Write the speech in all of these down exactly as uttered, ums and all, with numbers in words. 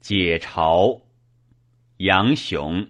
解嘲，杨雄。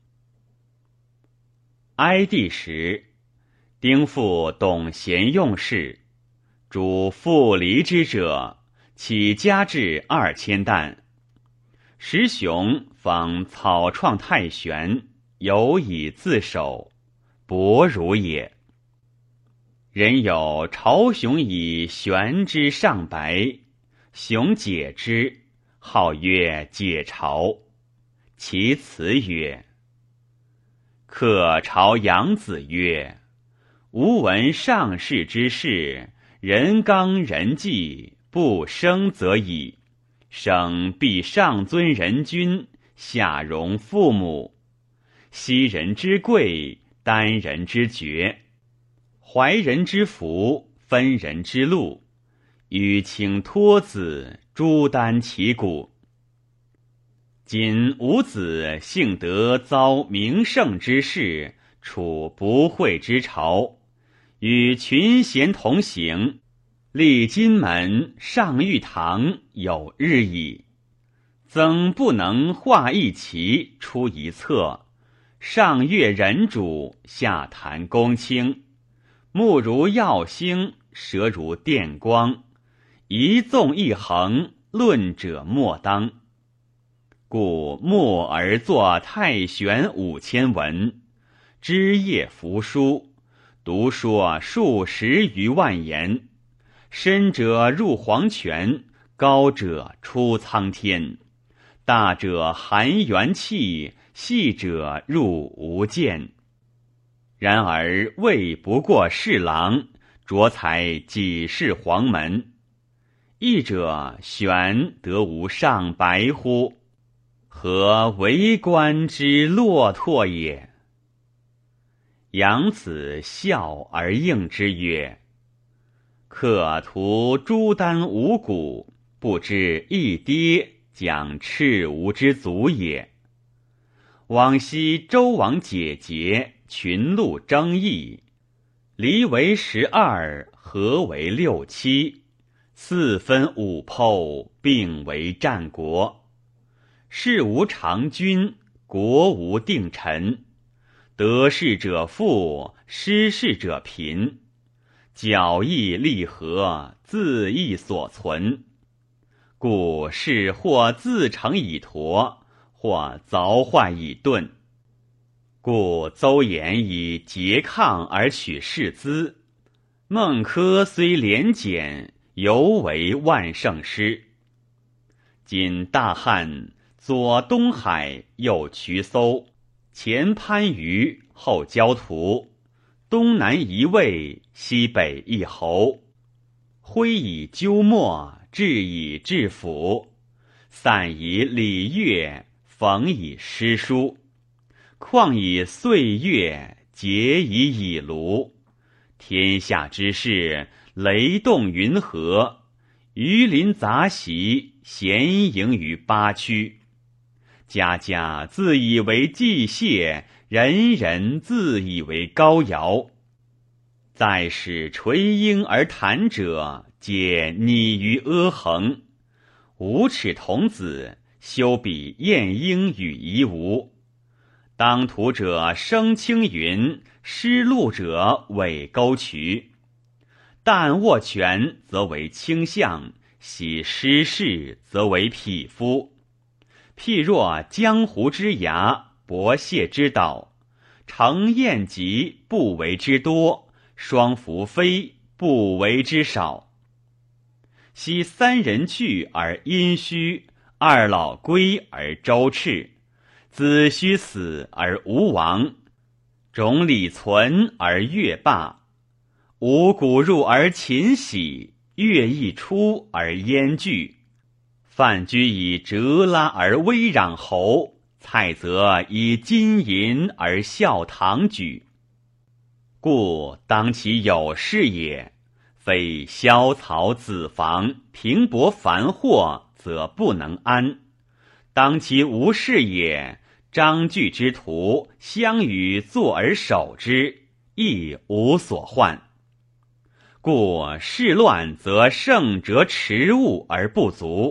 哀帝时，丁父懂贤用事，主复离之者，起加至二千担。时雄方草创太玄，有以自守，伯如也。人有朝雄以玄之上白，雄解之，号曰解朝。其辞曰：客朝杨子曰：吾闻上世之事，人纲人纪，不生则已。生必上尊人君，下容父母。昔人之贵，担人之爵，怀人之福，分人之禄。与请托子，诸担其鼓。今吾子幸得遭名盛之事，处不讳之朝，与群贤同行，立金门、上玉堂，有日矣。曾不能画一旗，出一策，上阅人主，下谈公卿，目如耀星，舌如电光，一纵一横，论者莫当。故默而作太玄五千文，枝叶扶书，读说数十余万言。深者入黄泉，高者出苍天，大者含元气，细者入无间。然而未不过侍郎，着才几世黄门。义者玄得无上白乎？何为官之落拓也？杨子笑而应之曰：客图诸担五谷，不知一跌将赤吾之足也。往昔周王解节，群鹿争议，离为十二，合为六七，四分五剖，并为战国。事无常君，国无定臣，得势者富，失势者贫。矫易利合，自意所存。故事或自成以驼，或凿坏以钝。故邹衍以桀抗而取士资，孟轲虽廉简，犹为万圣师。今大汉，左东海，右瞿搜，前番禺，后焦土，东南一魏，西北一侯。徽以鸠末，治以治府，散以礼乐，缝以诗书，况以岁月，节以以庐。天下之事，雷动云和，鱼鳞杂习，闲盈于八曲。家家自以为祭谢，人人自以为高尧。在使垂缨而谈者，皆拟于阿衡。无耻童子，休比晏婴与夷吾。当涂者生青云，失路者尾沟渠。但握权则为倾向，喜失势则为匹夫。譬若江湖之涯，博谢之岛，乘雁集，不为之多，双凫飞，不为之少。昔三人去而殷墟，二老归而周赤，子虚死而无王，种李存而乐罢。五谷入而秦喜，乐亦出而燕惧。范雎以折拉而威攘侯，蔡泽以金银而笑唐举。故当其有事也，非萧曹子房，平伯繁祸，则不能安；当其无事也，章句之徒，相与坐而守之，亦无所患。故事乱则胜者持物而不足，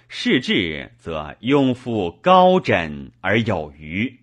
是至则庸夫高枕而有余。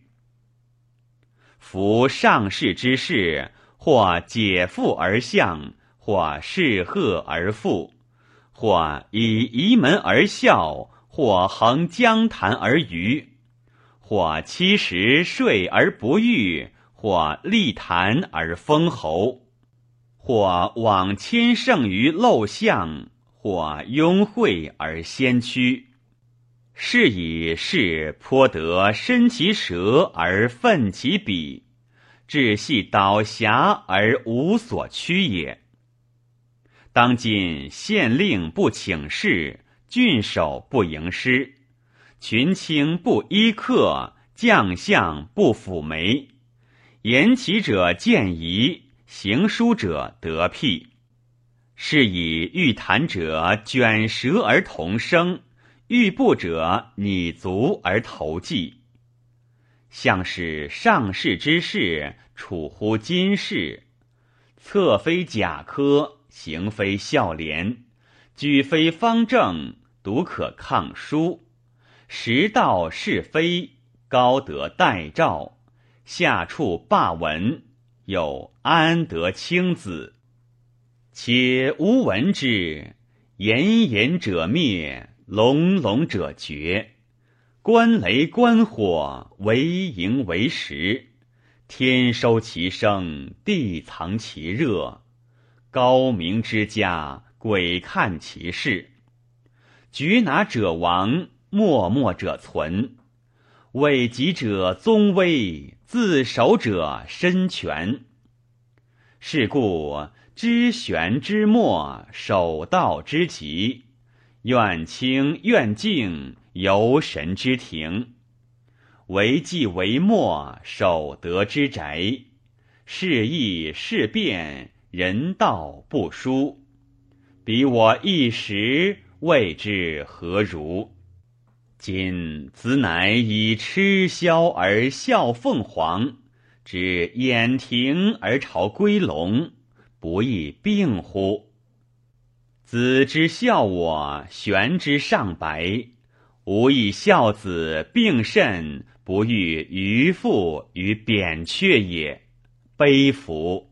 夫上士之士，或解腹而相，或侍贺而富，或以仪门而孝，或横江坛而娱，或七十睡而不遇，或立坛而封侯，或往千乘于陋巷，或庸秽而先驱。是以是颇得伸其舌而奋其笔，志系倒狭而无所趋也。当今县令不请示，郡守不迎师，群卿不依客，将相不抚眉，言其者见疑，行书者得辟。是以欲谈者卷舌而同声，欲步者拟足而投迹。像是上士之士，处乎今世，策非甲科，行非孝廉，举非方正，独可抗书，实道是非，高得代诏，下处罢文，有安得卿子？且吾闻之，炎炎者灭，隆隆者绝，观雷观火，为营为食，天收其声，地藏其热，高明之家，鬼看其事。决拿者亡，默默者存，位极者宗威，自守者身权。是故知玄之末，守道之极，愿清愿静，游神之庭，为纪为末，守德之宅，是义是变，人道不殊。彼我一时，谓之何如？今子乃以吃枭而笑凤凰，知掩庭而朝归龙，不亦病乎？子之孝我，玄之上白，吾以孝子病甚，不欲于父于扁鹊也，悲夫！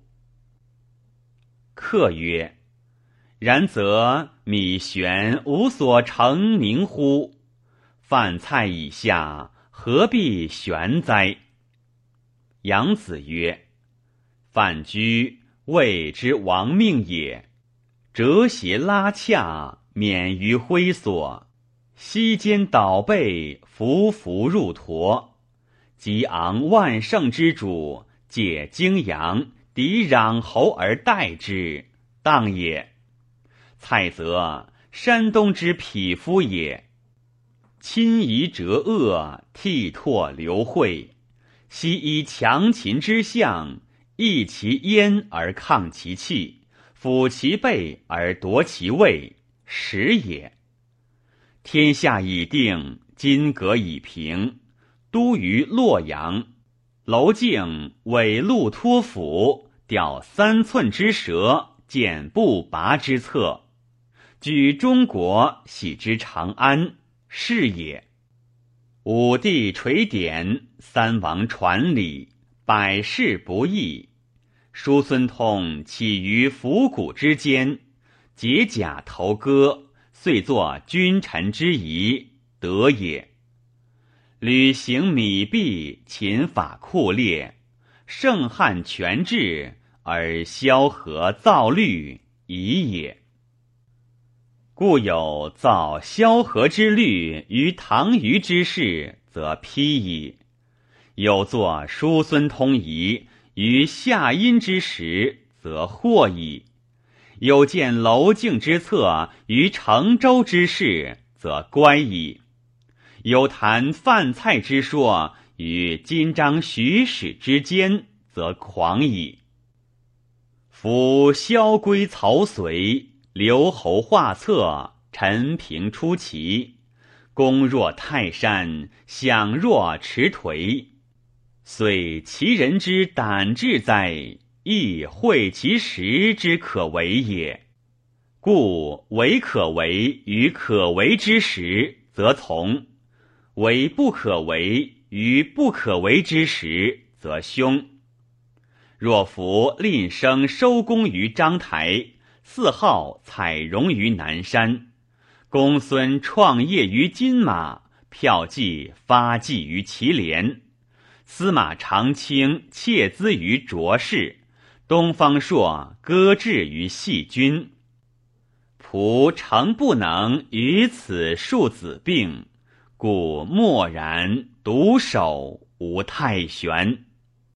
客曰：然则米玄无所成名乎？饭菜以下，何必玄哉？杨子曰：饭居，谓之亡命也。折鞋拉洽，免于挥所，膝间倒背，浮浮入驼。即昂万乘之主，解荆阳，敌壤侯而待之，当也。蔡则山东之匹夫也，亲夷折恶，剃拓流秽，昔以强秦之相，抑其焉而抗其气，抚其背而夺其位，始也。天下已定，金戈已平，都于洛阳，娄敬委陆托府，吊三寸之舌，剪不拔之策，举中国，徙之长安，是也。五帝垂典，三王传礼，百世不易。叔孙通起于伏骨之间，解甲投戈，遂作君臣之仪，得也。履行米弊，勤法酷烈，圣汉全治，而萧何造律，宜也。故有造萧何之律于唐虞之事，则批矣；有作叔孙通仪于夏殷之时，则惑矣；有见娄敬之策于成周之事，则乖矣；有谈饭菜之说于金章许史之间，则狂矣。夫萧规曹随，刘侯画策，陈平出奇，功若泰山，享若池颓，虽其人之胆志哉，亦会其实之可为也。故为可为与可为之时， 则从；为不可为于不可为之时，则凶。若夫令生收功于章台，四号采荣于南山，公孙创业于金马，骠骑发迹于祁连，司马长卿窃资于卓氏，东方朔搁置于细君。仆诚不能与此庶子并，故默然独守无太玄。